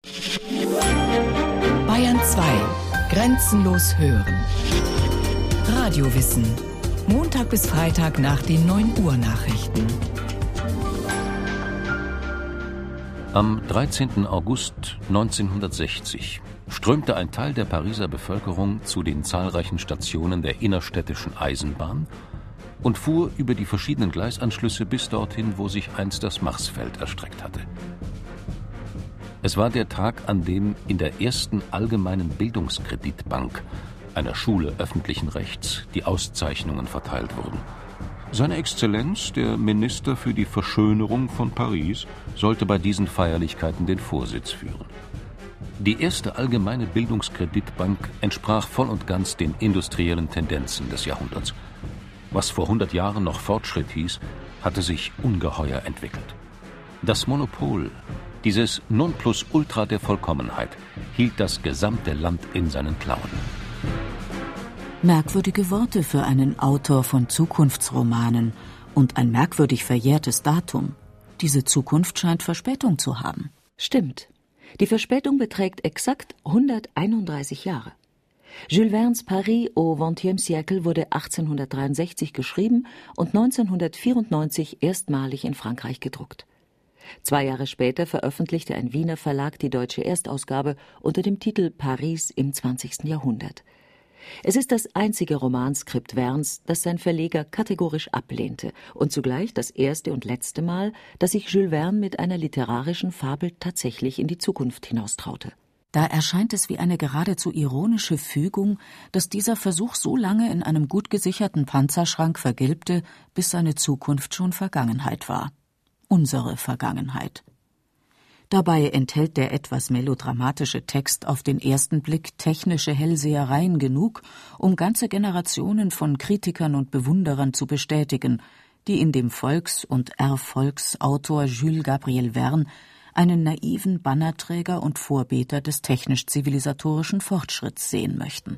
Bayern 2. Grenzenlos hören. Radiowissen. Montag bis Freitag nach den 9 Uhr Nachrichten. Am 13. August 1960 strömte ein Teil der Pariser Bevölkerung zu den zahlreichen Stationen der innerstädtischen Eisenbahn und fuhr über die verschiedenen Gleisanschlüsse bis dorthin, wo sich einst das Marsfeld erstreckt hatte. Es war der Tag, an dem in der ersten allgemeinen Bildungskreditbank, einer Schule öffentlichen Rechts, die Auszeichnungen verteilt wurden. Seine Exzellenz, der Minister für die Verschönerung von Paris, sollte bei diesen Feierlichkeiten den Vorsitz führen. Die erste allgemeine Bildungskreditbank entsprach voll und ganz den industriellen Tendenzen des Jahrhunderts. Was vor 100 Jahren noch Fortschritt hieß, hatte sich ungeheuer entwickelt. Das Monopol, dieses Nonplusultra der Vollkommenheit, hielt das gesamte Land in seinen Klauen. Merkwürdige Worte für einen Autor von Zukunftsromanen und ein merkwürdig verjährtes Datum. Diese Zukunft scheint Verspätung zu haben. Stimmt. Die Verspätung beträgt exakt 131 Jahre. Jules Verne's Paris au XXe siècle wurde 1863 geschrieben und 1994 erstmalig in Frankreich gedruckt. 2 Jahre später veröffentlichte ein Wiener Verlag die deutsche Erstausgabe unter dem Titel Paris im 20. Jahrhundert. Es ist das einzige Romanskript Vernes, das sein Verleger kategorisch ablehnte und zugleich das erste und letzte Mal, dass sich Jules Verne mit einer literarischen Fabel tatsächlich in die Zukunft hinaustraute. Da erscheint es wie eine geradezu ironische Fügung, dass dieser Versuch so lange in einem gut gesicherten Panzerschrank vergilbte, bis seine Zukunft schon Vergangenheit war. Unsere Vergangenheit. Dabei enthält der etwas melodramatische Text auf den ersten Blick technische Hellsehereien genug, um ganze Generationen von Kritikern und Bewunderern zu bestätigen, die in dem Volks- und Erfolgsautor Jules Gabriel Verne einen naiven Bannerträger und Vorbeter des technisch-zivilisatorischen Fortschritts sehen möchten.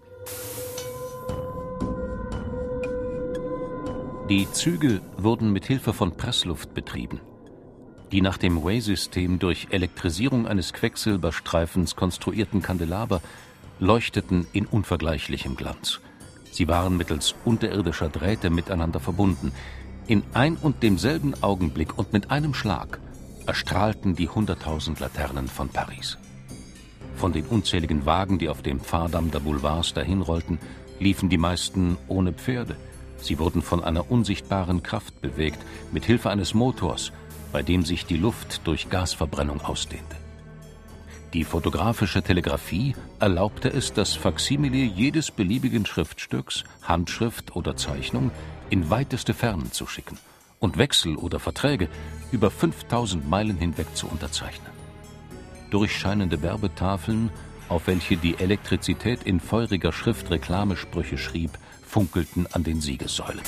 Die Züge wurden mit Hilfe von Pressluft betrieben. Die nach dem Way-System durch Elektrisierung eines Quecksilberstreifens konstruierten Kandelaber leuchteten in unvergleichlichem Glanz. Sie waren mittels unterirdischer Drähte miteinander verbunden. In ein und demselben Augenblick und mit einem Schlag erstrahlten die 100.000 Laternen von Paris. Von den unzähligen Wagen, die auf dem Fahrdamm der Boulevards dahinrollten, liefen die meisten ohne Pferde. Sie wurden von einer unsichtbaren Kraft bewegt, mit Hilfe eines Motors, bei dem sich die Luft durch Gasverbrennung ausdehnte. Die fotografische Telegrafie erlaubte es, das Faksimile jedes beliebigen Schriftstücks, Handschrift oder Zeichnung in weiteste Fernen zu schicken und Wechsel oder Verträge über 5000 Meilen hinweg zu unterzeichnen. Durchscheinende Werbetafeln, auf welche die Elektrizität in feuriger Schrift Reklamesprüche schrieb, funkelten an den Siegessäulen.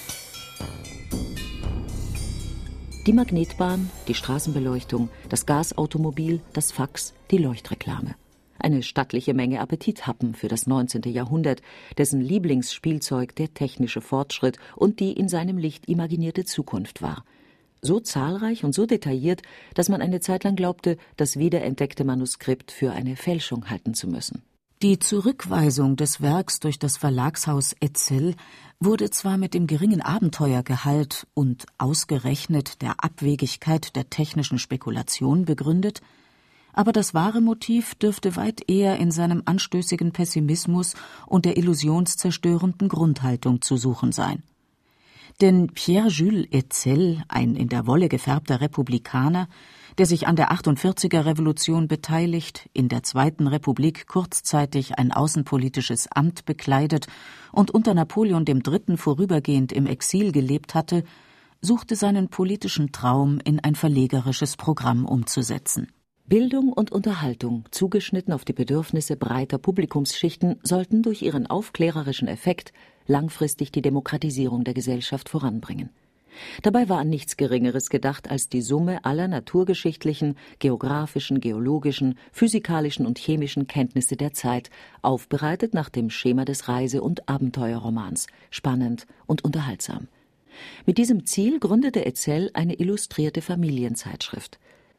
Die Magnetbahn, die Straßenbeleuchtung, das Gasautomobil, das Fax, die Leuchtreklame. Eine stattliche Menge Appetithappen für das 19. Jahrhundert, dessen Lieblingsspielzeug der technische Fortschritt und die in seinem Licht imaginierte Zukunft war. So zahlreich und so detailliert, dass man eine Zeit lang glaubte, das wiederentdeckte Manuskript für eine Fälschung halten zu müssen. Die Zurückweisung des Werks durch das Verlagshaus Edsel wurde zwar mit dem geringen Abenteuergehalt und ausgerechnet der Abwegigkeit der technischen Spekulation begründet, aber das wahre Motiv dürfte weit eher in seinem anstößigen Pessimismus und der illusionszerstörenden Grundhaltung zu suchen sein. Denn Pierre-Jules Hetzel, ein in der Wolle gefärbter Republikaner, der sich an der 48er-Revolution beteiligt, in der Zweiten Republik kurzzeitig ein außenpolitisches Amt bekleidet und unter Napoleon III. Vorübergehend im Exil gelebt hatte, suchte seinen politischen Traum in ein verlegerisches Programm umzusetzen. Bildung und Unterhaltung, zugeschnitten auf die Bedürfnisse breiter Publikumsschichten, sollten durch ihren aufklärerischen Effekt langfristig die Demokratisierung der Gesellschaft voranbringen. Dabei war an nichts Geringeres gedacht als die Summe aller naturgeschichtlichen, geografischen, geologischen, physikalischen und chemischen Kenntnisse der Zeit, aufbereitet nach dem Schema des Reise- und Abenteuerromans, spannend und unterhaltsam. Mit diesem Ziel gründete Hetzel eine illustrierte Familienzeitschrift.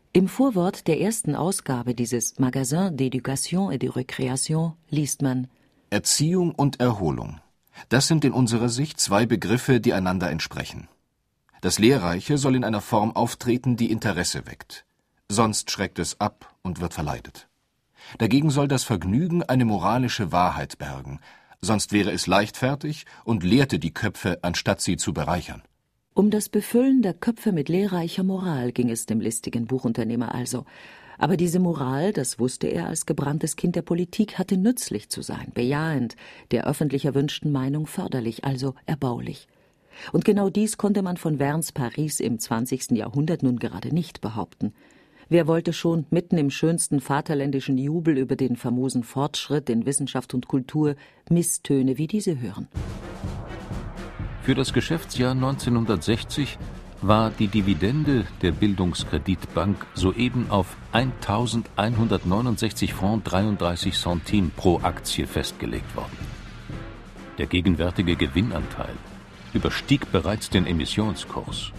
Im Vorwort der ersten Ausgabe dieses Magasin d'éducation et de récréation liest man: Erziehung und Erholung. Das sind in unserer Sicht zwei Begriffe, die einander entsprechen. Das Lehrreiche soll in einer Form auftreten, die Interesse weckt. Sonst schreckt es ab und wird verleidet. Dagegen soll das Vergnügen eine moralische Wahrheit bergen, sonst wäre es leichtfertig und lehrte die Köpfe, anstatt sie zu bereichern. Um das Befüllen der Köpfe mit lehrreicher Moral ging es dem listigen Buchunternehmer also. Aber diese Moral, das wusste er als gebranntes Kind der Politik, hatte nützlich zu sein, bejahend, der öffentlich erwünschten Meinung förderlich, also erbaulich. Und genau dies konnte man von Vernes Paris im 20. Jahrhundert nun gerade nicht behaupten. Wer wollte schon mitten im schönsten vaterländischen Jubel über den famosen Fortschritt in Wissenschaft und Kultur Misstöne wie diese hören? Für das Geschäftsjahr 1960 war die Dividende der Bildungskreditbank soeben auf 1.169 Francs 33 Centimes pro Aktie festgelegt worden. Der gegenwärtige Gewinnanteil überstieg bereits den Emissionskurs.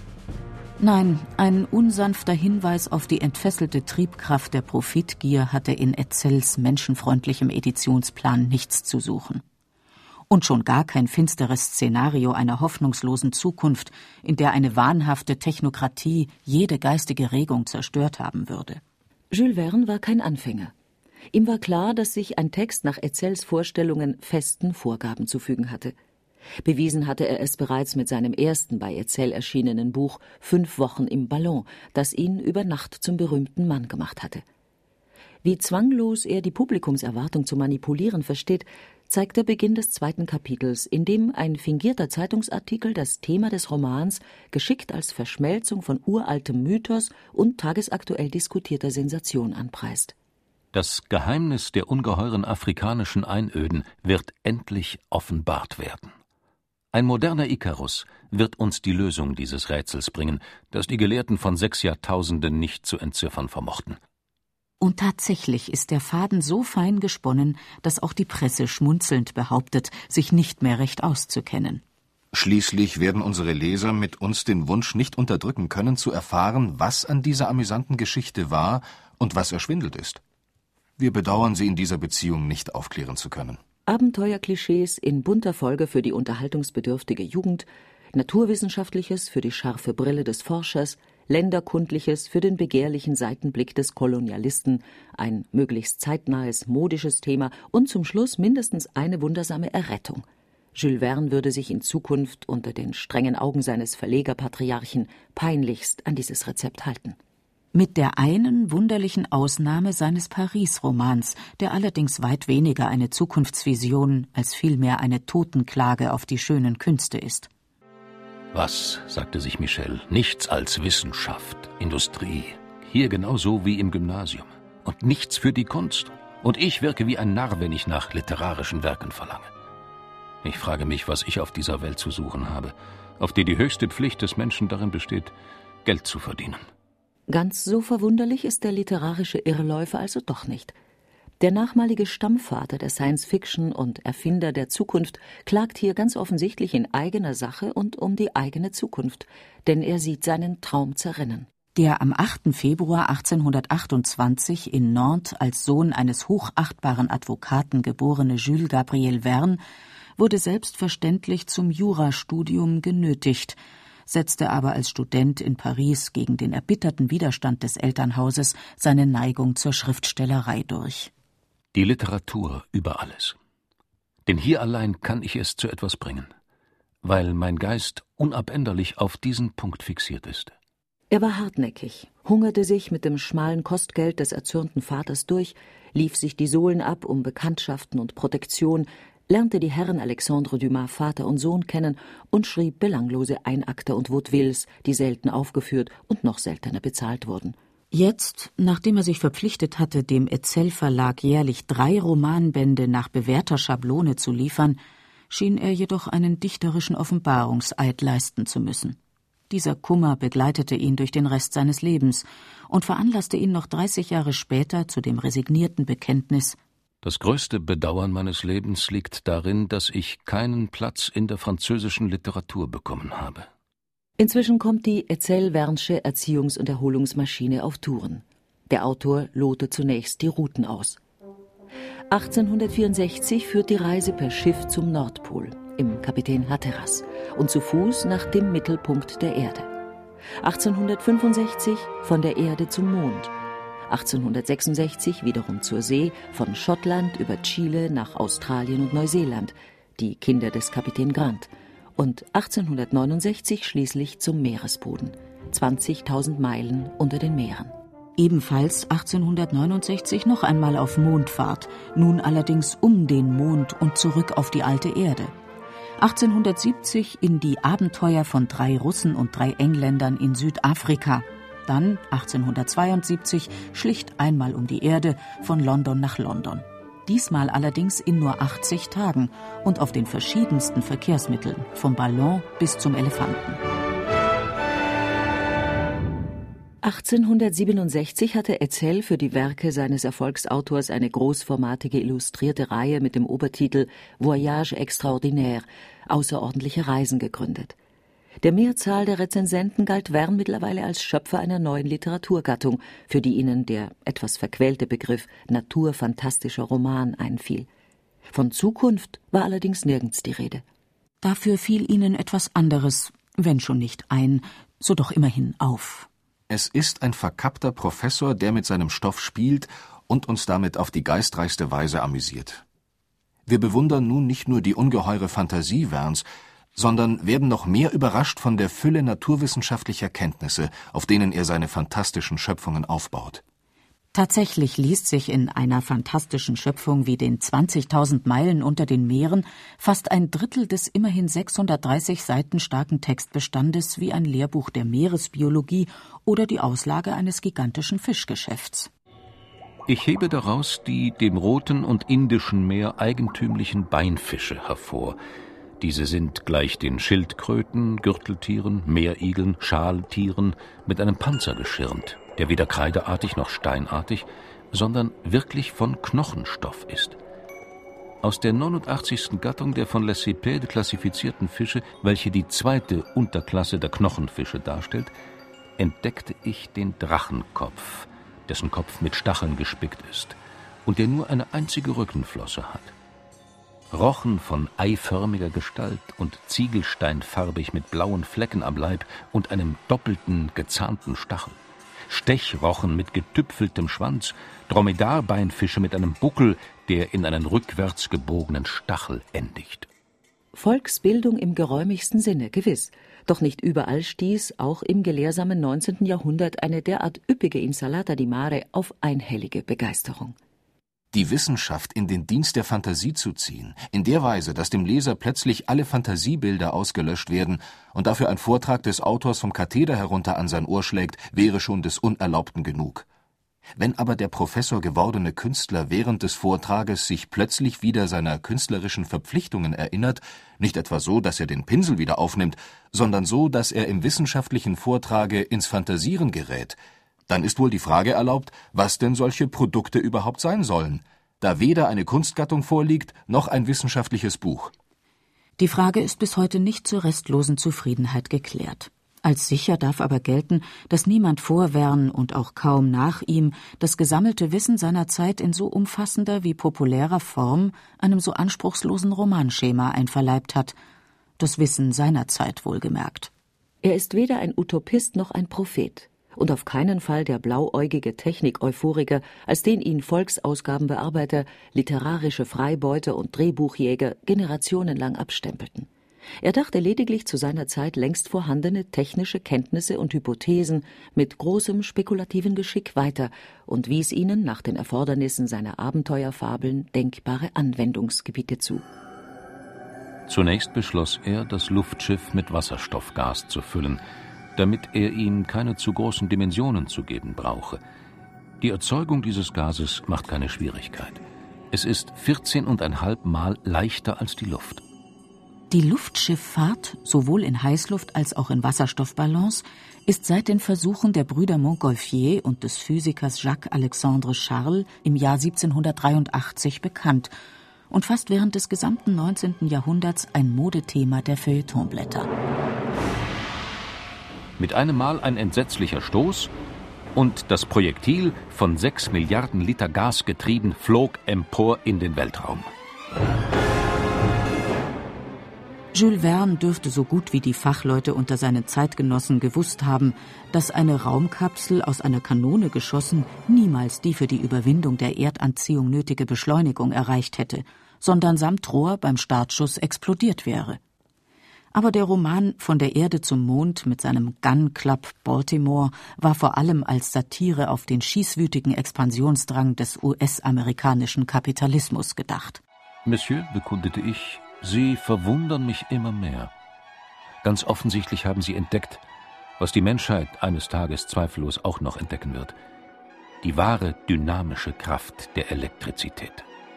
Nein, ein unsanfter Hinweis auf die entfesselte Triebkraft der Profitgier hatte in Etzels menschenfreundlichem Editionsplan nichts zu suchen. Und schon gar kein finsteres Szenario einer hoffnungslosen Zukunft, in der eine wahnhafte Technokratie jede geistige Regung zerstört haben würde. Jules Verne war kein Anfänger. Ihm war klar, dass sich ein Text nach Etzels Vorstellungen festen Vorgaben zu fügen hatte. Bewiesen hatte er es bereits mit seinem ersten bei Etzel erschienenen Buch 5 Wochen im Ballon, das ihn über Nacht zum berühmten Mann gemacht hatte. Wie zwanglos er die Publikumserwartung zu manipulieren versteht, zeigt der Beginn des 2. Kapitels, in dem ein fingierter Zeitungsartikel das Thema des Romans geschickt als Verschmelzung von uraltem Mythos und tagesaktuell diskutierter Sensation anpreist. Das Geheimnis der ungeheuren afrikanischen Einöden wird endlich offenbart werden. Ein moderner Ikarus wird uns die Lösung dieses Rätsels bringen, das die Gelehrten von 6 Jahrtausenden nicht zu entziffern vermochten. Und tatsächlich ist der Faden so fein gesponnen, dass auch die Presse schmunzelnd behauptet, sich nicht mehr recht auszukennen. Schließlich werden unsere Leser mit uns den Wunsch nicht unterdrücken können, zu erfahren, was an dieser amüsanten Geschichte war und was erschwindelt ist. Wir bedauern, sie in dieser Beziehung nicht aufklären zu können. Abenteuerklischees in bunter Folge für die unterhaltungsbedürftige Jugend, Naturwissenschaftliches für die scharfe Brille des Forschers, Länderkundliches für den begehrlichen Seitenblick des Kolonialisten, ein möglichst zeitnahes, modisches Thema und zum Schluss mindestens eine wundersame Errettung. Jules Verne würde sich in Zukunft unter den strengen Augen seines Verlegerpatriarchen peinlichst an dieses Rezept halten. Mit der einen wunderlichen Ausnahme seines Paris-Romans, der allerdings weit weniger eine Zukunftsvision als vielmehr eine Totenklage auf die schönen Künste ist. Was, sagte sich Michel, nichts als Wissenschaft, Industrie, hier genauso wie im Gymnasium. Und nichts für die Kunst. Und ich wirke wie ein Narr, wenn ich nach literarischen Werken verlange. Ich frage mich, was ich auf dieser Welt zu suchen habe, auf der die höchste Pflicht des Menschen darin besteht, Geld zu verdienen. Ganz so verwunderlich ist der literarische Irrläufer also doch nicht. Der nachmalige Stammvater der Science-Fiction und Erfinder der Zukunft klagt hier ganz offensichtlich in eigener Sache und um die eigene Zukunft, denn er sieht seinen Traum zerrinnen. Der am 8. Februar 1828 in Nantes als Sohn eines hochachtbaren Advokaten geborene Jules Gabriel Verne wurde selbstverständlich zum Jurastudium genötigt, setzte aber als Student in Paris gegen den erbitterten Widerstand des Elternhauses seine Neigung zur Schriftstellerei durch. Die Literatur über alles. Denn hier allein kann ich es zu etwas bringen, weil mein Geist unabänderlich auf diesen Punkt fixiert ist. Er war hartnäckig, hungerte sich mit dem schmalen Kostgeld des erzürnten Vaters durch, lief sich die Sohlen ab um Bekanntschaften und Protektion, lernte die Herren Alexandre Dumas Vater und Sohn kennen und schrieb belanglose Einakter und Vaudevilles, die selten aufgeführt und noch seltener bezahlt wurden. Jetzt, nachdem er sich verpflichtet hatte, dem Etzel-Verlag jährlich 3 Romanbände nach bewährter Schablone zu liefern, schien er jedoch einen dichterischen Offenbarungseid leisten zu müssen. Dieser Kummer begleitete ihn durch den Rest seines Lebens und veranlasste ihn noch 30 Jahre später zu dem resignierten Bekenntnis: Das größte Bedauern meines Lebens liegt darin, dass ich keinen Platz in der französischen Literatur bekommen habe. Inzwischen kommt die Etzell-Wernsche Erziehungs- und Erholungsmaschine auf Touren. Der Autor lotet zunächst die Routen aus. 1864 führt die Reise per Schiff zum Nordpol, im Kapitän Hatteras, und zu Fuß nach dem Mittelpunkt der Erde. 1865 von der Erde zum Mond. 1866 wiederum zur See, von Schottland über Chile nach Australien und Neuseeland, die Kinder des Kapitän Grant. Und 1869 schließlich zum Meeresboden, 20.000 Meilen unter den Meeren. Ebenfalls 1869 noch einmal auf Mondfahrt, nun allerdings um den Mond und zurück auf die alte Erde. 1870 in die Abenteuer von 3 Russen und 3 Engländern in Südafrika. Dann 1872 schlicht einmal um die Erde von London nach London. Diesmal allerdings in nur 80 Tagen und auf den verschiedensten Verkehrsmitteln, vom Ballon bis zum Elefanten. 1867 hatte Etzell für die Werke seines Erfolgsautors eine großformatige illustrierte Reihe mit dem Obertitel Voyage extraordinaire, außerordentliche Reisen, gegründet. Der Mehrzahl der Rezensenten galt Verne mittlerweile als Schöpfer einer neuen Literaturgattung, für die ihnen der etwas verquälte Begriff naturfantastischer Roman einfiel. Von Zukunft war allerdings nirgends die Rede. Dafür fiel ihnen etwas anderes, wenn schon nicht ein, so doch immerhin auf. Es ist ein verkappter Professor, der mit seinem Stoff spielt und uns damit auf die geistreichste Weise amüsiert. Wir bewundern nun nicht nur die ungeheure Fantasie Vernes, sondern werden noch mehr überrascht von der Fülle naturwissenschaftlicher Kenntnisse, auf denen er seine fantastischen Schöpfungen aufbaut. Tatsächlich liest sich in einer fantastischen Schöpfung wie den 20.000 Meilen unter den Meeren fast ein Drittel des immerhin 630 Seiten starken Textbestandes wie ein Lehrbuch der Meeresbiologie oder die Auslage eines gigantischen Fischgeschäfts. Ich hebe daraus die dem Roten und Indischen Meer eigentümlichen Beinfische hervor. Diese sind gleich den Schildkröten, Gürteltieren, Meerigeln, Schaltieren mit einem Panzer geschirmt, der weder kreideartig noch steinartig, sondern wirklich von Knochenstoff ist. Aus der 89. Gattung der von Lacépède klassifizierten Fische, welche die 2. Unterklasse der Knochenfische darstellt, entdeckte ich den Drachenkopf, dessen Kopf mit Stacheln gespickt ist und der nur eine einzige Rückenflosse hat. Rochen von eiförmiger Gestalt und ziegelsteinfarbig mit blauen Flecken am Leib und einem doppelten, gezahnten Stachel. Stechrochen mit getüpfeltem Schwanz, Dromedarbeinfische mit einem Buckel, der in einen rückwärts gebogenen Stachel endigt. Volksbildung im geräumigsten Sinne, gewiss. Doch nicht überall stieß auch im gelehrsamen 19. Jahrhundert eine derart üppige Insalata di Mare auf einhellige Begeisterung. Die Wissenschaft in den Dienst der Fantasie zu ziehen, in der Weise, dass dem Leser plötzlich alle Fantasiebilder ausgelöscht werden und dafür ein Vortrag des Autors vom Katheder herunter an sein Ohr schlägt, wäre schon des Unerlaubten genug. Wenn aber der Professor gewordene Künstler während des Vortrages sich plötzlich wieder seiner künstlerischen Verpflichtungen erinnert, nicht etwa so, dass er den Pinsel wieder aufnimmt, sondern so, dass er im wissenschaftlichen Vortrage ins Phantasieren gerät, dann ist wohl die Frage erlaubt, was denn solche Produkte überhaupt sein sollen, da weder eine Kunstgattung vorliegt, noch ein wissenschaftliches Buch. Die Frage ist bis heute nicht zur restlosen Zufriedenheit geklärt. Als sicher darf aber gelten, dass niemand vor Verne und auch kaum nach ihm das gesammelte Wissen seiner Zeit in so umfassender wie populärer Form einem so anspruchslosen Romanschema einverleibt hat. Das Wissen seiner Zeit wohlgemerkt. Er ist weder ein Utopist noch ein Prophet. Und auf keinen Fall der blauäugige Technik-Euphoriker, als den ihn Volksausgabenbearbeiter, literarische Freibeuter und Drehbuchjäger generationenlang abstempelten. Er dachte lediglich zu seiner Zeit längst vorhandene technische Kenntnisse und Hypothesen mit großem spekulativen Geschick weiter und wies ihnen nach den Erfordernissen seiner Abenteuerfabeln denkbare Anwendungsgebiete zu. Zunächst beschloss er, das Luftschiff mit Wasserstoffgas zu füllen, damit er ihm keine zu großen Dimensionen zu geben brauche. Die Erzeugung dieses Gases macht keine Schwierigkeit. Es ist 14,5 Mal leichter als die Luft. Die Luftschifffahrt, sowohl in Heißluft als auch in Wasserstoffballons, ist seit den Versuchen der Brüder Montgolfier und des Physikers Jacques-Alexandre Charles im Jahr 1783 bekannt und fast während des gesamten 19. Jahrhunderts ein Modethema der Feuilletonblätter. Mit einem Mal ein entsetzlicher Stoß und das Projektil, von 6 Milliarden Liter Gas getrieben, flog empor in den Weltraum. Jules Verne dürfte so gut wie die Fachleute unter seinen Zeitgenossen gewusst haben, dass eine Raumkapsel aus einer Kanone geschossen niemals die für die Überwindung der Erdanziehung nötige Beschleunigung erreicht hätte, sondern samt Rohr beim Startschuss explodiert wäre. Aber der Roman Von der Erde zum Mond mit seinem Gun Club Baltimore war vor allem als Satire auf den schießwütigen Expansionsdrang des US-amerikanischen Kapitalismus gedacht. Monsieur, bekundete ich, Sie verwundern mich immer mehr. Ganz offensichtlich haben Sie entdeckt, was die Menschheit eines Tages zweifellos auch noch entdecken wird: die wahre dynamische Kraft der Elektrizität.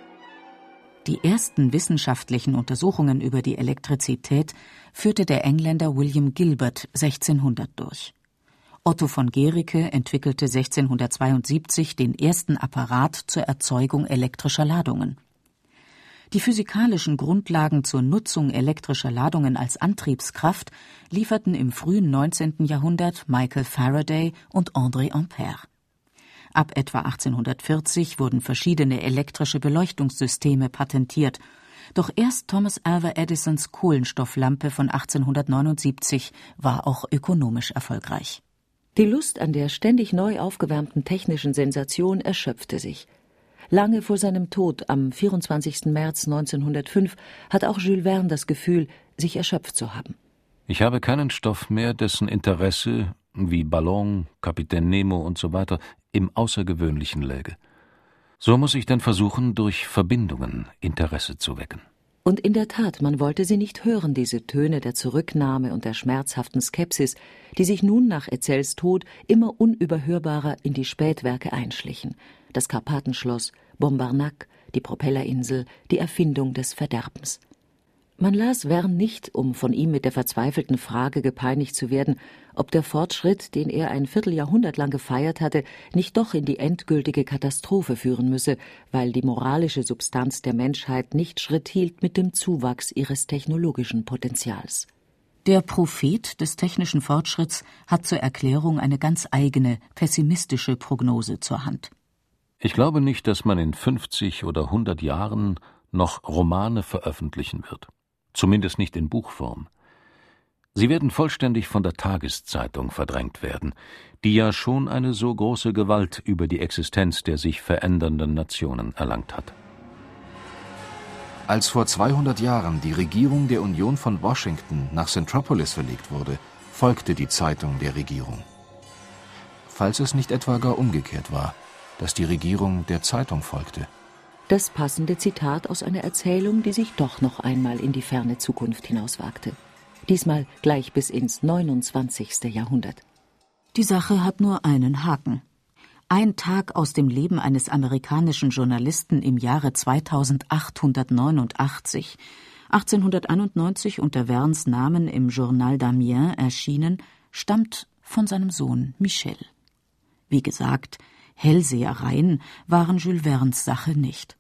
Die ersten wissenschaftlichen Untersuchungen über die Elektrizität führte der Engländer William Gilbert 1600 durch. Otto von Guericke entwickelte 1672 den ersten Apparat zur Erzeugung elektrischer Ladungen. Die physikalischen Grundlagen zur Nutzung elektrischer Ladungen als Antriebskraft lieferten im frühen 19. Jahrhundert Michael Faraday und André Ampère. Ab etwa 1840 wurden verschiedene elektrische Beleuchtungssysteme patentiert, doch erst Thomas Alva Edisons Kohlenstofflampe von 1879 war auch ökonomisch erfolgreich. Die Lust an der ständig neu aufgewärmten technischen Sensation erschöpfte sich. Lange vor seinem Tod am 24. März 1905 hat auch Jules Verne das Gefühl, sich erschöpft zu haben. Ich habe keinen Stoff mehr, dessen Interesse, wie Ballon, Kapitän Nemo und so weiter, im Außergewöhnlichen läge. So muss ich dann versuchen, durch Verbindungen Interesse zu wecken. Und in der Tat, man wollte sie nicht hören, diese Töne der Zurücknahme und der schmerzhaften Skepsis, die sich nun nach Etzels Tod immer unüberhörbarer in die Spätwerke einschlichen. Das Karpatenschloss, Bombarnac, die Propellerinsel, die Erfindung des Verderbens. Man las Verne nicht, um von ihm mit der verzweifelten Frage gepeinigt zu werden, ob der Fortschritt, den er ein Vierteljahrhundert lang gefeiert hatte, nicht doch in die endgültige Katastrophe führen müsse, weil die moralische Substanz der Menschheit nicht Schritt hielt mit dem Zuwachs ihres technologischen Potenzials. Der Prophet des technischen Fortschritts hat zur Erklärung eine ganz eigene, pessimistische Prognose zur Hand. Ich glaube nicht, dass man in 50 oder 100 Jahren noch Romane veröffentlichen wird. Zumindest nicht in Buchform. Sie werden vollständig von der Tageszeitung verdrängt werden, die ja schon eine so große Gewalt über die Existenz der sich verändernden Nationen erlangt hat. Als vor 200 Jahren die Regierung der Union von Washington nach Centropolis verlegt wurde, folgte die Zeitung der Regierung. Falls es nicht etwa gar umgekehrt war, dass die Regierung der Zeitung folgte. Das passende Zitat aus einer Erzählung, die sich doch noch einmal in die ferne Zukunft hinauswagte. Diesmal gleich bis ins 29. Jahrhundert. Die Sache hat nur einen Haken. Ein Tag aus dem Leben eines amerikanischen Journalisten im Jahre 2889, 1891 unter Vernes Namen im Journal d'Amiens erschienen, stammt von seinem Sohn Michel. Wie gesagt, Hellsehereien waren Jules Vernes Sache nicht.